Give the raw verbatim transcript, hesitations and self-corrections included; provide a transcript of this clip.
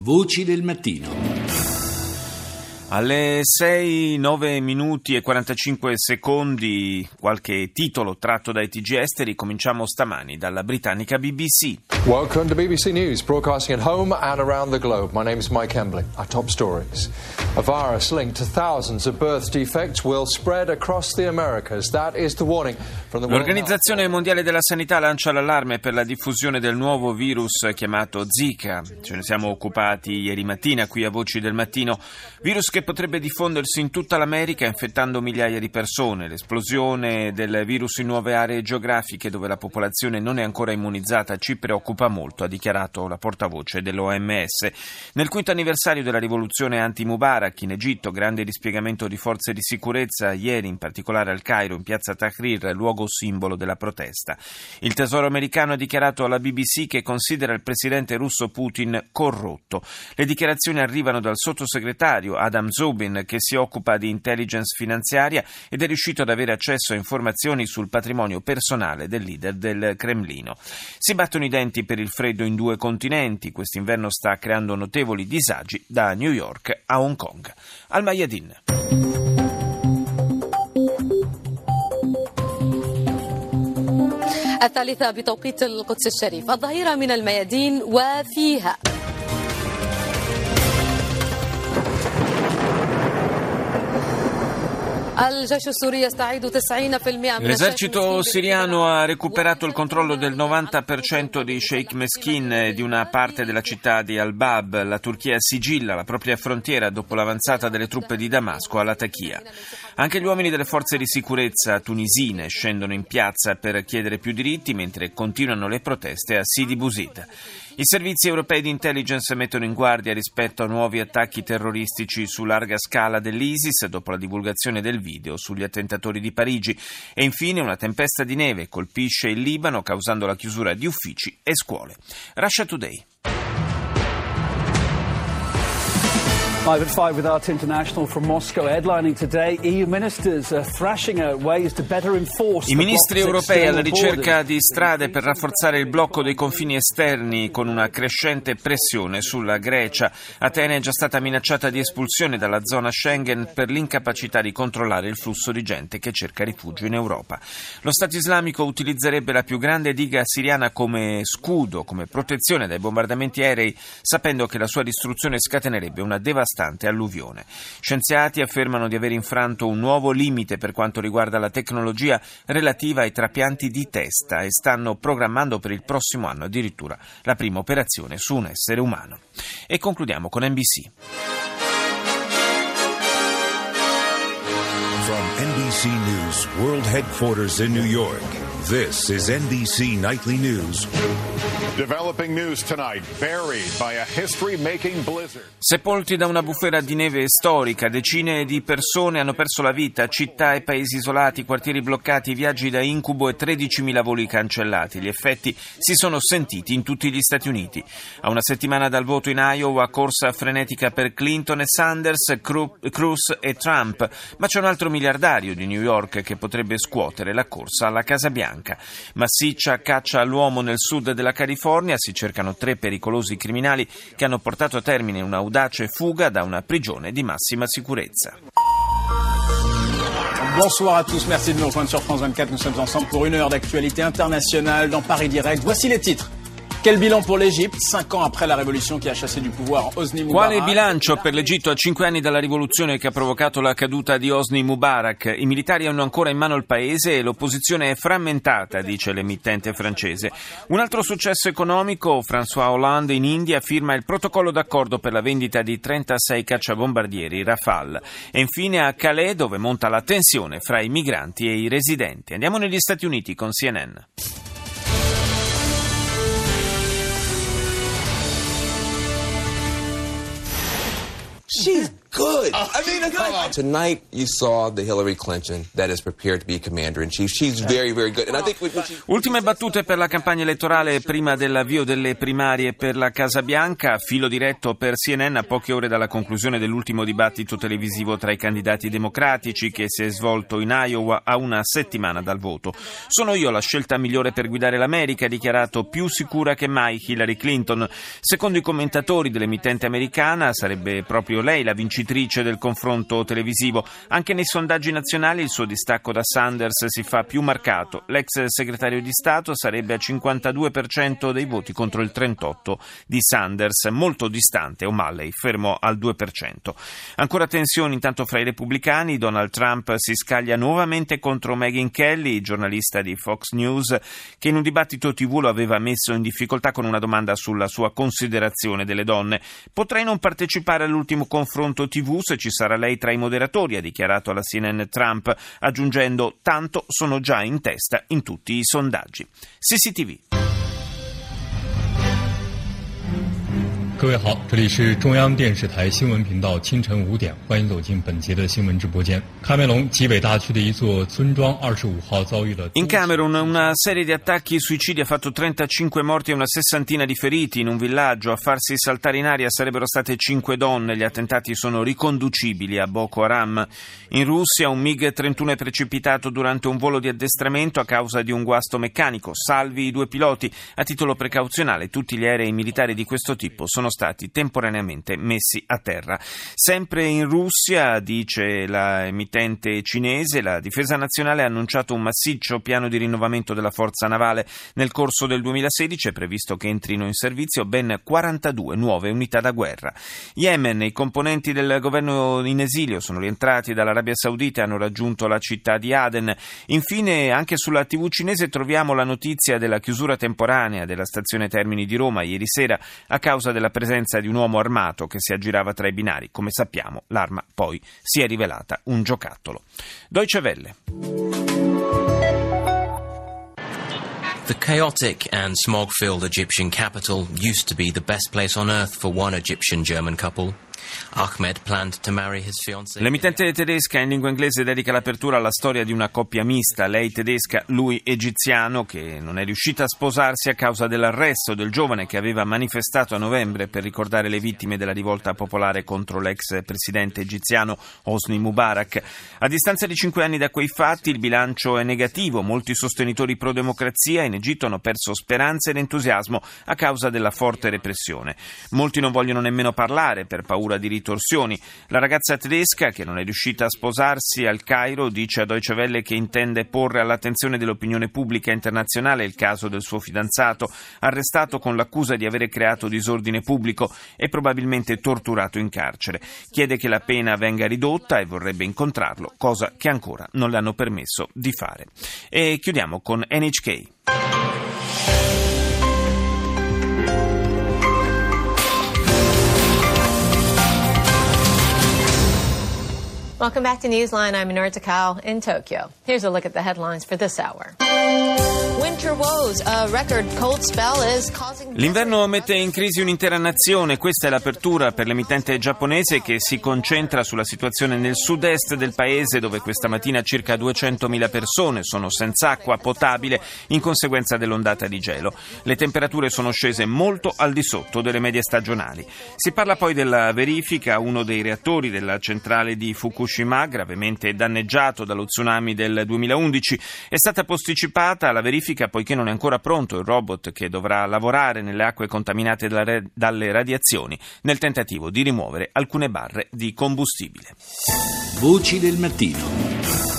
Voci del mattino. Alle sei, nove minuti e quarantacinque secondi, qualche titolo tratto dai T G esteri. Cominciamo stamani dalla britannica B B C. Welcome to B B C News, broadcasting at home and around the globe. My name is Mike Embley. Our top stories. A virus linked to thousands of birth defects will spread across the Americas. That is the warning from the World L'Organizzazione Mondiale della Sanità lancia l'allarme per la diffusione del nuovo virus chiamato Zika. Ce ne siamo occupati ieri mattina qui a Voci del Mattino. Virus che potrebbe diffondersi in tutta l'America infettando migliaia di persone. L'esplosione del virus in nuove aree geografiche dove la popolazione non è ancora immunizzata ci preoccupa molto, ha dichiarato la portavoce dell'O M S. Nel quinto anniversario della rivoluzione anti-Mubarak in Egitto, grande dispiegamento di forze di sicurezza ieri, in particolare al Cairo, in piazza Tahrir, luogo simbolo della protesta. Il Tesoro americano ha dichiarato alla B B C che considera il presidente russo Putin corrotto. Le dichiarazioni arrivano dal sottosegretario Adam Zubin, che si occupa di intelligence finanziaria ed è riuscito ad avere accesso a informazioni sul patrimonio personale del leader del Cremlino. Si battono i denti per il freddo in due continenti. Quest'inverno sta creando notevoli disagi da New York a Hong Kong. Al Mayadin. الثالثة بتوقيت القدس الشريف الظهيرة من الميادين وفيها L'esercito siriano ha recuperato il controllo del novanta per cento di Sheikh Meskin e di una parte della città di Al-Bab. La Turchia sigilla la propria frontiera dopo l'avanzata delle truppe di Damasco alla Latakia. Anche gli uomini delle forze di sicurezza tunisine scendono in piazza per chiedere più diritti mentre continuano le proteste a Sidi Bouzid. I servizi europei di intelligence mettono in guardia rispetto a nuovi attacchi terroristici su larga scala dell'ISIS dopo la divulgazione del video sugli attentatori di Parigi. E infine una tempesta di neve colpisce il Libano causando la chiusura di uffici e scuole. Russia Today. Five at five with Art International from Moscow. Headlining today, E U ministers are thrashing out ways to better enforce. I ministri europei alla ricerca di strade per rafforzare il blocco dei confini esterni con una crescente pressione sulla Grecia. Atene è già stata minacciata di espulsione dalla zona Schengen per l'incapacità di controllare il flusso di gente che cerca rifugio in Europa. Lo Stato islamico utilizzerebbe la più grande diga siriana come scudo, come protezione dai bombardamenti aerei, sapendo che la sua distruzione scatenerebbe una devastante alluvione. Scienziati affermano di aver infranto un nuovo limite per quanto riguarda la tecnologia relativa ai trapianti di testa e stanno programmando per il prossimo anno addirittura la prima operazione su un essere umano. E concludiamo con N B C. From N B C News World Headquarters in New York, this is N B C Nightly News. Developing news tonight, buried by a history-making blizzard. Sepolti da una bufera di neve storica, decine di persone hanno perso la vita, città e paesi isolati, quartieri bloccati, viaggi da incubo e tredicimila voli cancellati. Gli effetti si sono sentiti in tutti gli Stati Uniti. A una settimana dal voto in Iowa, corsa frenetica per Clinton e Sanders, Cruz e Trump, ma c'è un altro miliardario di New York che potrebbe scuotere la corsa alla Casa Bianca. Massiccia caccia all'uomo nel sud della California, si cercano tre pericolosi criminali che hanno portato a termine un'audace fuga da una prigione di massima sicurezza. Bonsoir à tous, merci de nous rejoindre sur France vingt-quatre. Nous sommes ensemble pour une heure d'actualité internationale dans Paris Direct. Voici les titres. Quel bilan pour l'Égypte, cinq ans après la révolution qui a chassé du pouvoir Hosni Mubarak? Quale bilancio per l'Egitto a cinque anni dalla rivoluzione che ha provocato la caduta di Hosni Mubarak? I militari hanno ancora in mano il paese e l'opposizione è frammentata, dice l'emittente francese. Un altro successo economico, François Hollande in India firma il protocollo d'accordo per la vendita di trentasei cacciabombardieri Rafale. E infine a Calais, dove monta la tensione fra i migranti e i residenti. Andiamo negli Stati Uniti con C N N. She's good. I mean, it's like... Tonight you saw the Hillary Clinton that is prepared to be commander-in-chief. She's very, very good. And I think what she... Ultime battute per la campagna elettorale prima dell'avvio delle primarie per la Casa Bianca, filo diretto per C N N a poche ore dalla conclusione dell'ultimo dibattito televisivo tra i candidati democratici che si è svolto in Iowa a una settimana dal voto. Sono io la scelta migliore per guidare l'America, ha dichiarato più sicura che mai Hillary Clinton. Secondo i commentatori dell'emittente americana sarebbe proprio lei la vincitrice del confronto televisivo. Anche nei sondaggi nazionali il suo distacco da Sanders si fa più marcato. L'ex segretario di Stato sarebbe al cinquantadue per cento dei voti contro il trentotto per cento di Sanders, molto distante O'Malley, fermo al due per cento. Ancora tensioni intanto fra i repubblicani. Donald Trump si scaglia nuovamente contro Megyn Kelly, giornalista di Fox News, che in un dibattito tivù lo aveva messo in difficoltà con una domanda sulla sua considerazione delle donne. Potrei non partecipare all'ultimo confronto tivù se ci sarà lei tra i moderatori, ha dichiarato alla C N N Trump, aggiungendo: tanto sono già in testa in tutti i sondaggi. C C T V. 各位好，这里是中央电视台新闻频道清晨五点，欢迎走进本节的新闻直播间。喀麦隆吉韦大区的一座村庄二十五号遭遇了 In Camerun una serie di attacchi suicidi ha fatto trentacinque morti e una sessantina di feriti in un villaggio. A farsi saltare in aria sarebbero state cinque donne. Gli attentati sono riconducibili a Boko Haram. In Russia un MiG trentuno è precipitato durante un volo di addestramento a causa di un guasto meccanico. Salvi i due piloti. A titolo precauzionale tutti gli aerei militari di questo tipo sono stati temporaneamente messi a terra. Sempre in Russia, dice la emittente cinese, la difesa nazionale ha annunciato un massiccio piano di rinnovamento della forza navale. Nel corso del duemilasedici è previsto che entrino in servizio ben quarantadue nuove unità da guerra. Yemen, i componenti del governo in esilio sono rientrati dall'Arabia Saudita e hanno raggiunto la città di Aden. Infine, anche sulla tivù cinese troviamo la notizia della chiusura temporanea della stazione Termini di Roma ieri sera a causa della presenza di un uomo armato che si aggirava tra i binari. Come sappiamo, l'arma poi si è rivelata un giocattolo. Deutsche Welle. The chaotic and smog-filled Egyptian capital used to be the best place on earth for one Egyptian-German couple. Ahmed planned to marry his fiancée. L'emittente tedesca in lingua inglese dedica l'apertura alla storia di una coppia mista, lei tedesca, lui egiziano, che non è riuscita a sposarsi a causa dell'arresto del giovane che aveva manifestato a novembre per ricordare le vittime della rivolta popolare contro l'ex presidente egiziano Hosni Mubarak. A distanza di cinque anni da quei fatti il bilancio è negativo. Molti sostenitori pro-democrazia in Egitto hanno perso speranze ed entusiasmo a causa della forte repressione. Molti non vogliono nemmeno parlare per paura di ritorsioni. La ragazza tedesca, che non è riuscita a sposarsi al Cairo, dice a Deutsche Welle che intende porre all'attenzione dell'opinione pubblica internazionale il caso del suo fidanzato, arrestato con l'accusa di avere creato disordine pubblico e probabilmente torturato in carcere. Chiede che la pena venga ridotta e vorrebbe incontrarlo, cosa che ancora non le hanno permesso di fare. E chiudiamo con N H K. Welcome back to Newsline. I'm Minoru Takao in Tokyo. Here's a look at the headlines for this hour. Winter woes. A record cold spell is causing... L'inverno mette in crisi un'intera nazione. Questa è l'apertura per l'emittente giapponese che si concentra sulla situazione nel sud-est del paese, dove questa mattina circa duecentomila persone sono senza acqua potabile in conseguenza dell'ondata di gelo. Le temperature sono scese molto al di sotto delle medie stagionali. Si parla poi della verifica. Uno dei reattori della centrale di Fukushima, gravemente danneggiato dallo tsunami del duemilaundici, è stata posticipata la verifica poiché non è ancora pronto il robot che dovrà lavorare nelle acque contaminate dalle radiazioni nel tentativo di rimuovere alcune barre di combustibile. Voci del mattino.